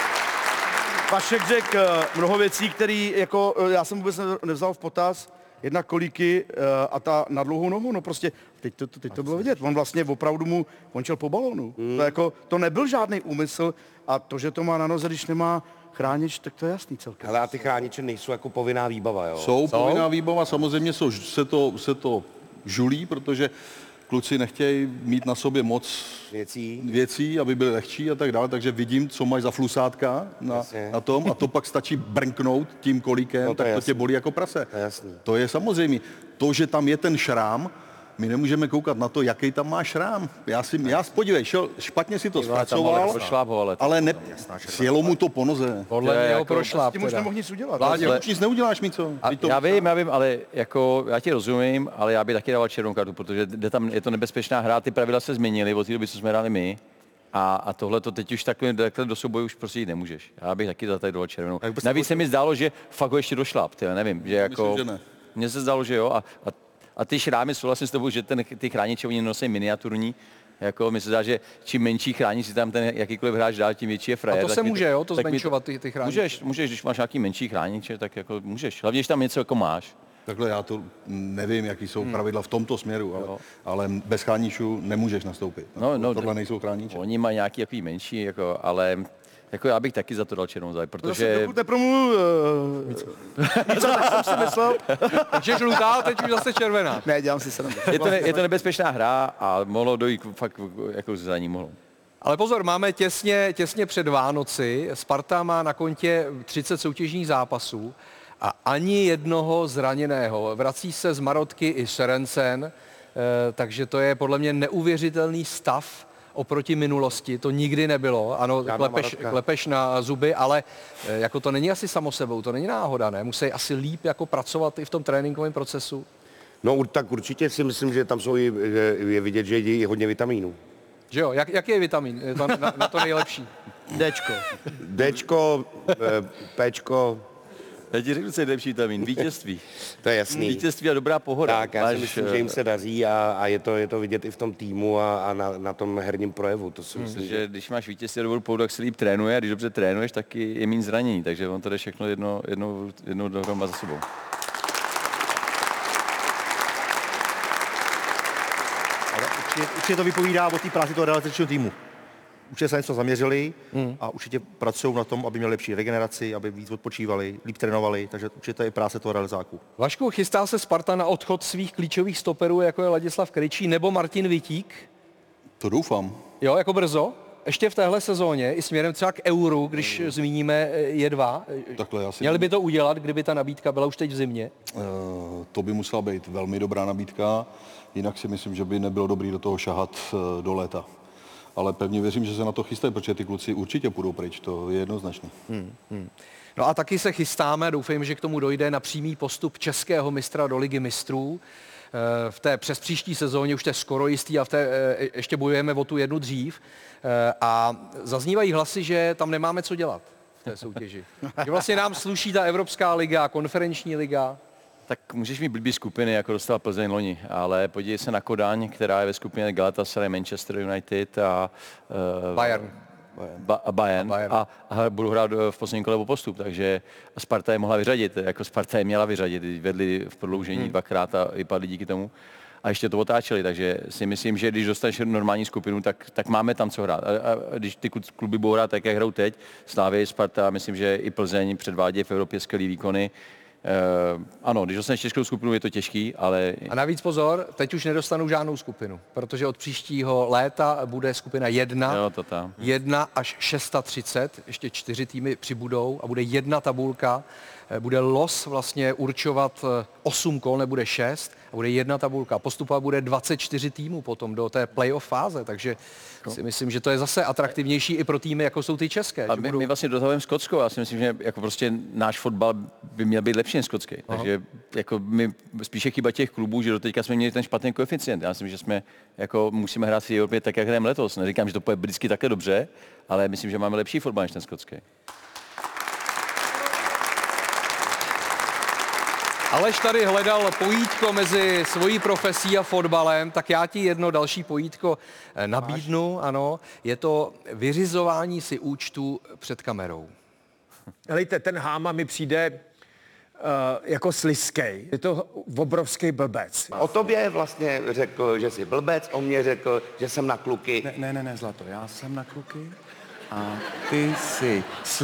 Vašek řekl mnoho věcí, které jako já jsem vůbec nevzal v potaz. Jedna kolíky a ta na dlouhou nohu, no prostě, teď to bylo vidět. On vlastně opravdu on šel po balónu. To nebyl žádný úmysl a to, že to má na noze, když nemá chránič, tak to je jasný celkem. Ale a ty chrániče nejsou jako povinná výbava, jo? Jsou povinná výbava, samozřejmě se to žulí, protože kluci nechtějí mít na sobě moc věcí, aby byly lehčí a tak dále, takže vidím, co mají za flusátka na tom a to pak stačí brnknout tím kolíkem, tak to tě bolí jako prase. To je samozřejmě. To, že tam je ten šrám, my nemůžeme koukat na to, jaký tam má šrám. Podívej, špatně si to zpracoval, ale sjelo mu to po noze. Podle něho prošláp. Ty už nemohl nic udělat. Už nic neuděláš mi co. Já vím, ale jako, já ti rozumím, ale já bych taky dával červenou kartu, protože je to nebezpečná hra, ty pravidla se změnily od té doby, co jsme hráli my. A tohle to teď už takhle do souboje už prostě jít nemůžeš. Já bych taky za tady dal červenou. Navíc se mi zdálo, že fakt ho ještě došláp, nevím, že jako... Myslím, že ne. Mně se zdálo, že jo. A ty šrámy, souhlasím s tebou, že ty chrániče oni nosí miniaturní. Jako mi se zdá, že čím menší chránič si tam ten jakýkoliv hráč dál, tím větší je frajer. A to se může, jo, to zmenšovat ty chrániče. Můžeš, když máš nějaký menší chrániče, tak jako můžeš. Hlavně, když tam něco jako máš. Takhle já to nevím, jaký jsou pravidla v tomto směru, ale bez chráničů nemůžeš nastoupit. Tohle nejsou chrániče. Oni mají nějaký jaký menší, jako, ale jako já bych taky za to dal červenou zaj, protože... Dokud nepromluvu tak jsem si myslel. Takže žlutá, teď už zase červená. Ne, dělám si srandu. Je to nebezpečná hra a mohlo dojít fakt jako za ní mohlo. Ale pozor, máme těsně před Vánoci. Sparta má na kontě 30 soutěžních zápasů a ani jednoho zraněného. Vrací se z Marotky i Serencen, takže to je podle mě neuvěřitelný stav oproti minulosti. To nikdy nebylo. Ano, klepeš na zuby, ale jako to není asi samo sebou, to není náhoda, ne? Musí asi líp jako pracovat i v tom tréninkovém procesu. No tak určitě si myslím, že tam jsou je vidět, že jedí hodně vitamínů. Že jo? Jaký je vitamin? Je to na to nejlepší? Dčko, Pčko. Já ti řeknu, co je lepší vitamin. Vítězství. To je jasný. Vítězství a dobrá pohoda. Tak, já si myslím, že jim se daří a je to vidět i v tom týmu a na tom herním projevu. To si myslím, že když máš vítězství a dobrou pohodu, tak se líp trénuje a když dobře trénuješ, tak je méně zranění. Takže on to jde všechno jednou dohromady za sebou. Ale určitě to vypovídá o té práci toho realizačního týmu. Určitě se něco zaměřili a určitě pracují na tom, aby měli lepší regeneraci, aby víc odpočívali, líp trénovali, takže určitě je práce toho realizáku. Vašku, chystá se Sparta na odchod svých klíčových stoperů, jako je Ladislav Krejčí nebo Martin Vitík? To doufám. Jo, jako brzo? Ještě v téhle sezóně, i směrem třeba k Euru, když zmíníme J2, měli by to udělat, kdyby ta nabídka byla už teď v zimě? To by musela být velmi dobrá nabídka, jinak si myslím, že by nebylo dobré do toho šahat do léta. Ale pevně věřím, že se na to chystají, protože ty kluci určitě půjdou pryč, to je jednoznačné. No a taky se chystáme, doufejme, že k tomu dojde na přímý postup českého mistra do Ligy mistrů. V té přes příští sezóně už to je skoro jistý a v té ještě bojujeme o tu jednu dřív. A zaznívají hlasy, že tam nemáme co dělat v té soutěži. Že vlastně nám sluší ta Evropská liga, konferenční liga. Tak můžeš mít blbý skupiny, jako dostala Plzeň loni, ale podívej se na Kodaň, která je ve skupině Galatasaray, Manchester United a Bayern. Bayern. A budou hrát v posledním kole o postup, takže Sparta je mohla vyřadit, jako Sparta je měla vyřadit, vedli v prodloužení dvakrát a vypadli díky tomu. A ještě to otáčeli, takže si myslím, že když dostaneš normální skupinu, tak máme tam co hrát. A když ty kluby budou hrát tak, jak hrajou teď, Slavia, Sparta, myslím, že i Plzeň předvádějí v Evropě skvělý výkony. Ano, když dostaneš těžkou skupinu, je to těžký, ale... A navíc pozor, teď už nedostanou žádnou skupinu, protože od příštího léta bude skupina 1, Jo, 1 až 630, ještě 4 týmy přibudou a bude jedna tabulka, bude los vlastně určovat 8 kol, nebude 6, a bude jedna tabulka. Postupovat bude 24 týmů potom do té playoff fáze, takže si myslím, že to je zase atraktivnější i pro týmy, jako jsou ty české. A my vlastně dotahujeme Skotsko, já si myslím, že jako prostě náš fotbal by měl být lepší než skotský. Takže jako my spíše chyba těch klubů, že doteďka jsme měli ten špatný koeficient. Já myslím, že jsme jako musíme hrát v Evropě tak, jak hrajeme letos. Neříkám, že to půjde vždycky také dobře, ale myslím, že máme lepší fotbal než ten skotský. Aleš tady hledal pojítko mezi svojí profesí a fotbalem, tak já ti jedno další pojítko nabídnu, ano. Je to vyřizování si účtů před kamerou. Helejte, ten Háma mi přijde jako slizkej. Je to obrovský blbec. O tobě vlastně řekl, že jsi blbec, o mě řekl, že jsem na kluky. Ne, Zlato, já jsem na kluky a ty jsi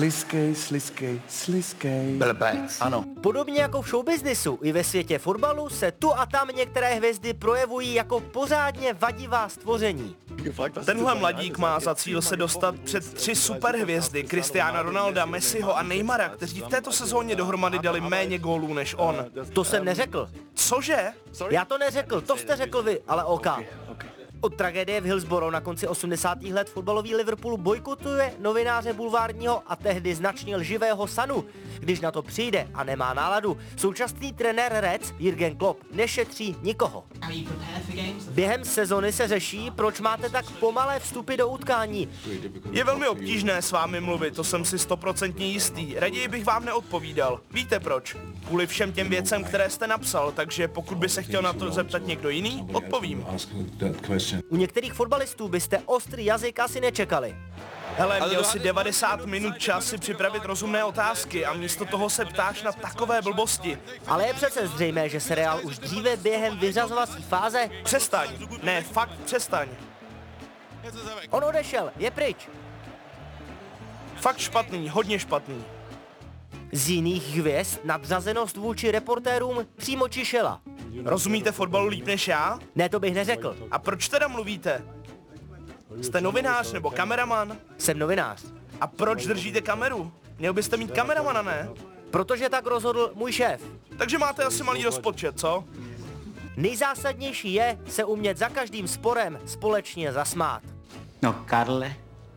slizkej. Blbec. Ano. Podobně jako v showbiznisu, i ve světě fotbalu se tu a tam některé hvězdy projevují jako pořádně vadivá stvoření. Tenhle mladík má za cíl se dostat před 3 superhvězdy, Cristiana Ronalda, Messiho a Neymara, kteří v této sezóně dohromady dali méně gólů než on. To jsem neřekl. Cože? Já to neřekl, to jste řekl vy, ale OK. Od tragédie v Hillsborough na konci 80. let fotbalový Liverpool bojkotuje novináře bulvárního a tehdy značně lživého Sunu. Když na to přijde a nemá náladu, současný trenér Reds Jürgen Klopp nešetří nikoho. Během sezony se řeší, proč máte tak pomalé vstupy do utkání. Je velmi obtížné s vámi mluvit, to jsem si 100% jistý. Raději bych vám neodpovídal. Víte proč? Kvůli všem těm věcem, které jste napsal, takže pokud by se chtěl na to zeptat někdo jiný, odpovím. U některých fotbalistů byste ostrý jazyk asi nečekali. Hele, měl si 90 minut čas si připravit rozumné otázky a místo toho se ptáš na takové blbosti. Ale je přece zřejmé, že se Real už dříve během vyřazovací fáze... Přestaň. Ne, fakt přestaň. On odešel, je pryč. Fakt špatný, hodně špatný. Z jiných hvězd nadřazenost vůči reportérům přímo čišela. Rozumíte fotbalu líp než já? Ne, to bych neřekl. A proč teda mluvíte? Jste novinář nebo kameraman? Jsem novinář. A proč držíte kameru? Měl byste mít kameramana, ne? Protože tak rozhodl můj šéf. Takže máte asi malý rozpočet, co? Nejzásadnější je se umět za každým sporem společně zasmát. No, Karle,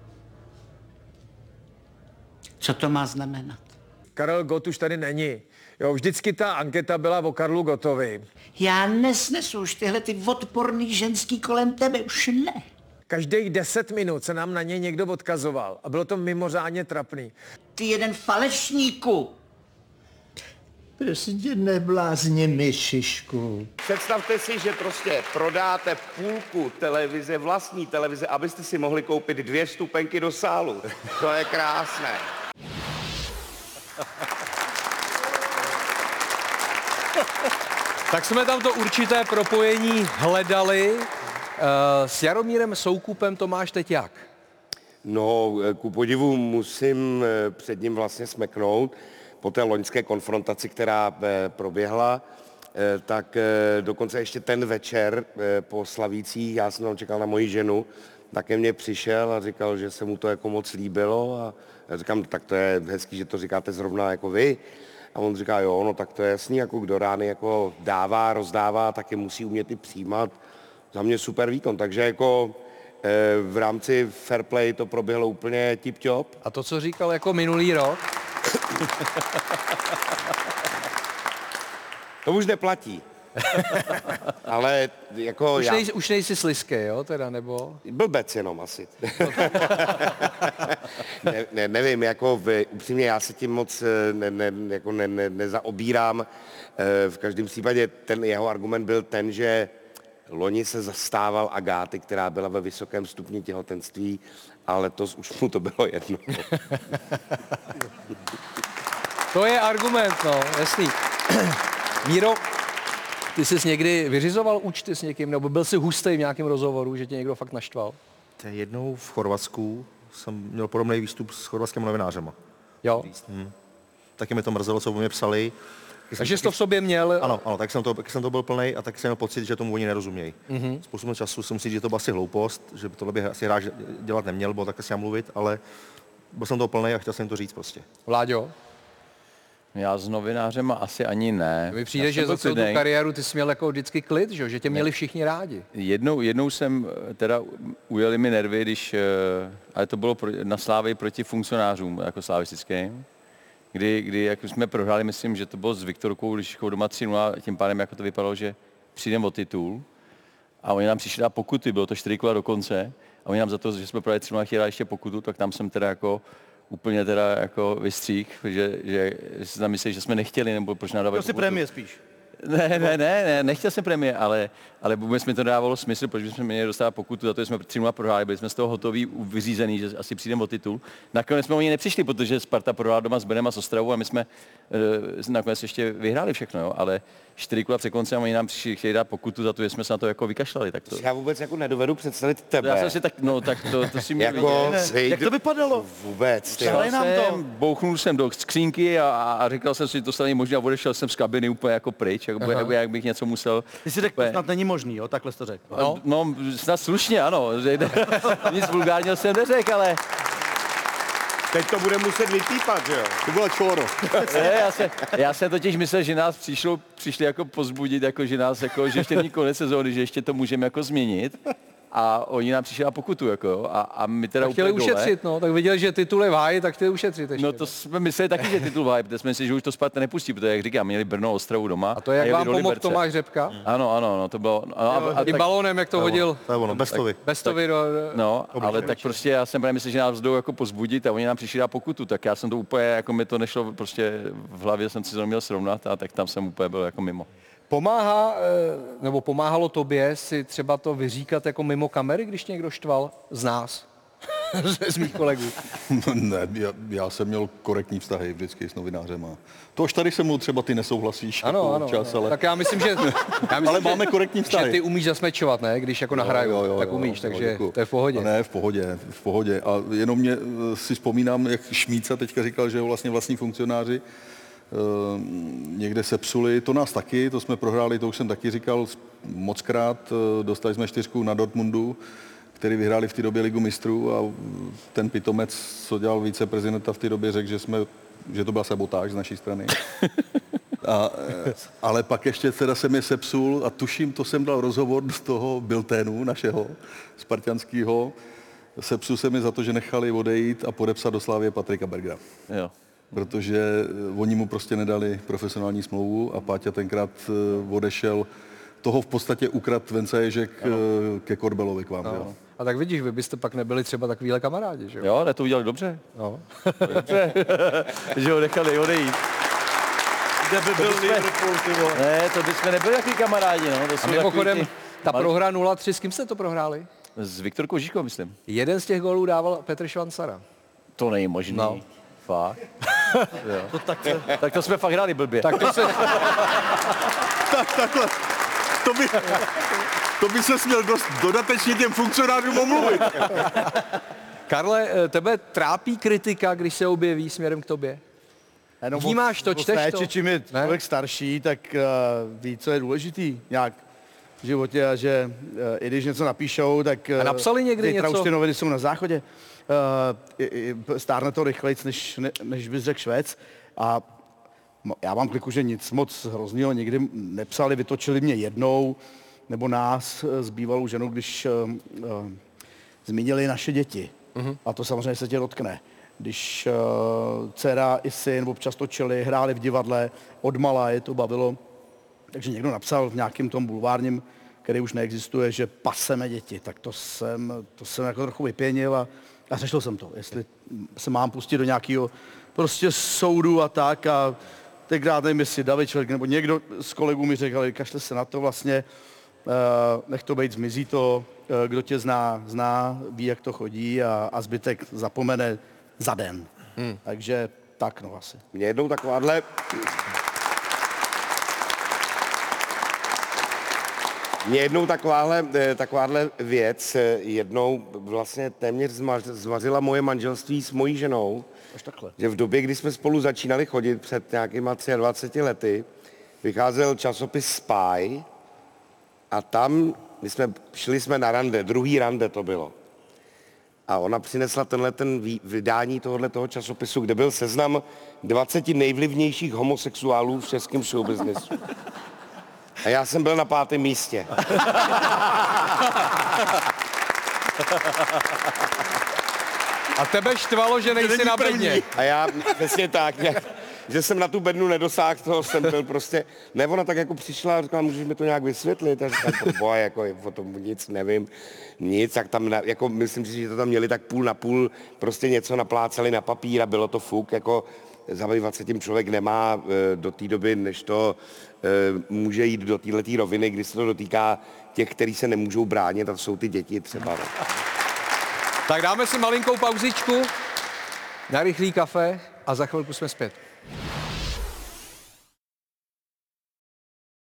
co to má znamenat? Karel Gott už tady není. Jo, vždycky ta anketa byla o Karlu Gottovi. Já nesnesu už tyhle ty odporný ženský kolem tebe, už ne. Každých 10 minut se nám na něj někdo odkazoval a bylo to mimořádně trapný. Ty jeden falešníku. Prosím tě, neblázně mi, Šišku. Představte si, že prostě prodáte půlku televize, vlastní televize, abyste si mohli koupit 2 vstupenky do sálu. To je krásné. Tak jsme tam to určité propojení hledali. S Jaromírem Soukupem to máš teď jak? No, ku podivu musím před ním vlastně smeknout. Po té loňské konfrontaci, která proběhla, tak dokonce ještě ten večer po Slavících, já jsem tam čekal na moji ženu, tak ke mně přišel a říkal, že se mu to jako moc líbilo a já říkám, tak to je hezký, že to říkáte zrovna jako vy. A on říká, jo, no tak to je jasný, jako kdo rány jako dává, rozdává, tak je musí umět i přijímat. Za mě super výkon, takže jako v rámci fair play to proběhlo úplně tip-top. A to, co říkal jako minulý rok? To už neplatí. Ale jako Už nejsi slizký, jo, teda, nebo? Blbec jenom asi. Nevím, jako upřímně já se tím moc nezaobírám. V každém případě ten jeho argument byl ten, že loni se zastával Agáty, která byla ve vysokém stupni těhotenství, ale letos už mu to bylo jedno. To je argument, no, jasný. Míro, ty jsi někdy vyřizoval účty s někým, nebo byl jsi hustý v nějakém rozhovoru, že tě někdo fakt naštval? Jednou v Chorvatsku jsem měl podobný výstup s chorvatskými novinářema. Jo. Taky mi to mrzelo, co o mě psali. Takže jsi to v sobě měl? Ano, tak jsem to byl plnej a tak jsem měl pocit, že tomu oni nerozumějí. Spoustu času jsem si, že to byla asi hloupost, že tohle bych asi hráč dělat neměl, bylo takhle si já mluvit, ale byl jsem toho plnej a chtěl jsem to říct prostě. Vláďo? Já s novinářem asi ani ne. Mi přijde, že za celou tu kariéru ty jsi měl jako vždycky klid, že tě měli všichni rádi. Jednou jsem, teda ujeli mi nervy, když, ale to bylo na Slávii proti funkcionářům, jako slavistickým, kdy jak jsme prohráli, myslím, že to bylo s Viktorkou, když doma 3-0, tím pádem jako to vypadalo, že přijdeme o titul a oni nám přišli dát pokuty, bylo to 4 kola do konce a oni nám za to, že jsme prohráli 3-0 chtěli dát ještě pokutu, tak tam jsem teda jako úplně teda jako vystřík, že si tam myslí, že jsme nechtěli, nebo proč nadávat pokutu. To si prémie spíš. Ne, nechtěl jsem prémie, ale vůbec mi to dávalo smysl, protože jsme měli dostávat pokutu za to, že jsme 3-0 prohráli, byli jsme z toho hotoví, vyřízený, že asi přijdeme o titul. Nakonec jsme o ní nepřišli, protože Sparta prohrála doma s Brnem a s Ostravou a my jsme nakonec ještě vyhráli všechno, jo? Ale 4 kola před koncem oni nám přišli, chtěli dát pokutu za to, že jsme se na to jako vykašlali. Tak to... Já vůbec jako nedovedu představit tebe. Já jsem si tak, no tak to si měl jako Jak to vypadalo? Vůbec. Bouchnul jsem do skřínky a říkal jsem si, že to se není možné a odešel jsem z kabiny úplně jako pryč, jako jak bych něco musel. Ty si řekl, snad není možný, jo, takhle jsi to řekl. No, snad slušně, ano. Nic vulgárního jsem neřekl, ale... Teď to bude muset vypípat, že jo? To byla čoro. Já jsem totiž myslel, že nás přišli jako pozbudit, jako že nás jako, že ještě není konec sezóny, že ještě to můžeme jako změnit. A oni nám přišli na pokutu, jako, a my teda chtěli ušetřit, no, tak viděli, že titul je v háji, tak chtěli ušetřit ještě. No to jsme mysleli taky, že titul v háji, protože jsme si, že už to Sparta nepustí, protože jak říkám, měli Brno, Ostravu doma. A to je, jak vám pomohl Tomáš Řepka? Ano, to bylo. A tím balónem, jak to hodil. To je ono, Bestovi. Bestovi do... No, ale tak prostě já jsem právě myslel, že nás jdou jako pozbudit a oni nám přišli na pokutu, tak já jsem to úplně, jako mi to nešlo, prostě v hlavě jsem si to měl srovnat a tak tam jsem úplně byl jako mimo. Pomáhalo tobě si třeba to vyříkat jako mimo kamery, když tě někdo štval z nás, z mých kolegů? Ne, já jsem měl korektní vztahy vždycky s novinářem. To až tady se mnou třeba ty nesouhlasíš. Ano, ale... Tak já myslím, že ale máme korektní vztahy. Že ty umíš zasmečovat, ne? Když jako nahraju, tak umíš, takže to je v pohodě. Ne, v pohodě. A jenom mě si vzpomínám, jak Šmíca teďka říkal, že vlastně vlastní funkcionáři někde sepsuli, to nás taky, to jsme prohráli, to už jsem taky říkal mockrát, dostali jsme 4 na Dortmundu, který vyhráli v té době Ligu mistrů a ten pitomec, co dělal viceprezidenta v té době, řekl, že to byla sabotáž z naší strany. Ale pak ještě teda jsem je sepsul a tuším, to jsem dal rozhovor z toho bilténu našeho, spartanského, sepsul jsem je za to, že nechali odejít a podepsat do Slávie Patrika Bergera. Jo. Protože oni mu prostě nedali profesionální smlouvu a Páťa tenkrát odešel, toho v podstatě ukradl Vence Ježek ke Korbelovi k vám. Jo. A tak vidíš, vy byste pak nebyli třeba takovýhle kamarádi, že jo? Jo, ne, to udělali dobře. No. Dobře, že ho nechali odejít. Kde by byl Liverpool, ty vole? Ne, to bychom nebyli takový kamarádi, no. To a mimochodem, ta prohra 0-3, s kým jste to prohráli? S Viktorkou Žižkou, myslím. Jeden z těch gólů dával Petr Švancara. To není možný. No. Fakt. Jo. Tak to jsme fakt hráli blbě. Tak to se... Takhle. To by se směl dodatečně těm funkcionářům omluvit. Karle, tebe trápí kritika, když se objeví směrem k tobě? Vnímáš to, čteš to? Čím je člověk starší, tak ví, co je důležitý nějak v životě a že i když něco napíšou, tak... A napsali někdy něco? Už ty noviny jsou na záchodě. Stárne to rychlejc, než bys řekl Švéd. A já mám kliku, že nic moc hroznýho nikdy nepsali, vytočili mě jednou, nebo nás s bývalou ženou, když zmínili naše děti. A to samozřejmě se tě dotkne. Když dcera i syn občas točili, hráli v divadle, odmala je to bavilo. Takže někdo napsal v nějakém tom bulvárním, který už neexistuje, že paseme děti. Tak to jsem jako trochu vypěnil a řešil jsem to, jestli se mám pustit do nějakého prostě soudu a tak. A tenkrát nevím, jestli David Člověk nebo někdo z kolegů mi řekl, kašle se na to vlastně, nech to být, zmizí to, kdo tě zná, ví, jak to chodí a zbytek zapomene za den. Takže tak no asi. Mě jednou takováhle věc jednou vlastně téměř zmařila moje manželství s mojí ženou. Až takhle. Že v době, kdy jsme spolu začínali chodit před nějakýma 23 lety, vycházel časopis Spy a tam šli jsme na rande, druhý rande to bylo. A ona přinesla vydání tohoto časopisu, kde byl seznam 20 nejvlivnějších homosexuálů v českém showbiznesu. A já jsem byl na 5. místě. A tebe štvalo, že nejsi na bedně. A já přesně tak, že jsem na tu bednu nedosáhl, toho jsem byl prostě, ne, ona tak jako přišla a říkala, můžeš mi to nějak vysvětlit? A říkám, boj, jako o tom nic nevím, nic, tak tam, jako myslím si, že to tam měli tak půl na půl, prostě něco naplácali na papír a bylo to fuk, jako zabývat se tím člověk nemá do té doby, než to může jít do této roviny, kdy se to dotýká těch, kteří se nemůžou bránit, a to jsou ty děti třeba. Tak dáme si malinkou pauzičku na rychlý kafe a za chvilku jsme zpět.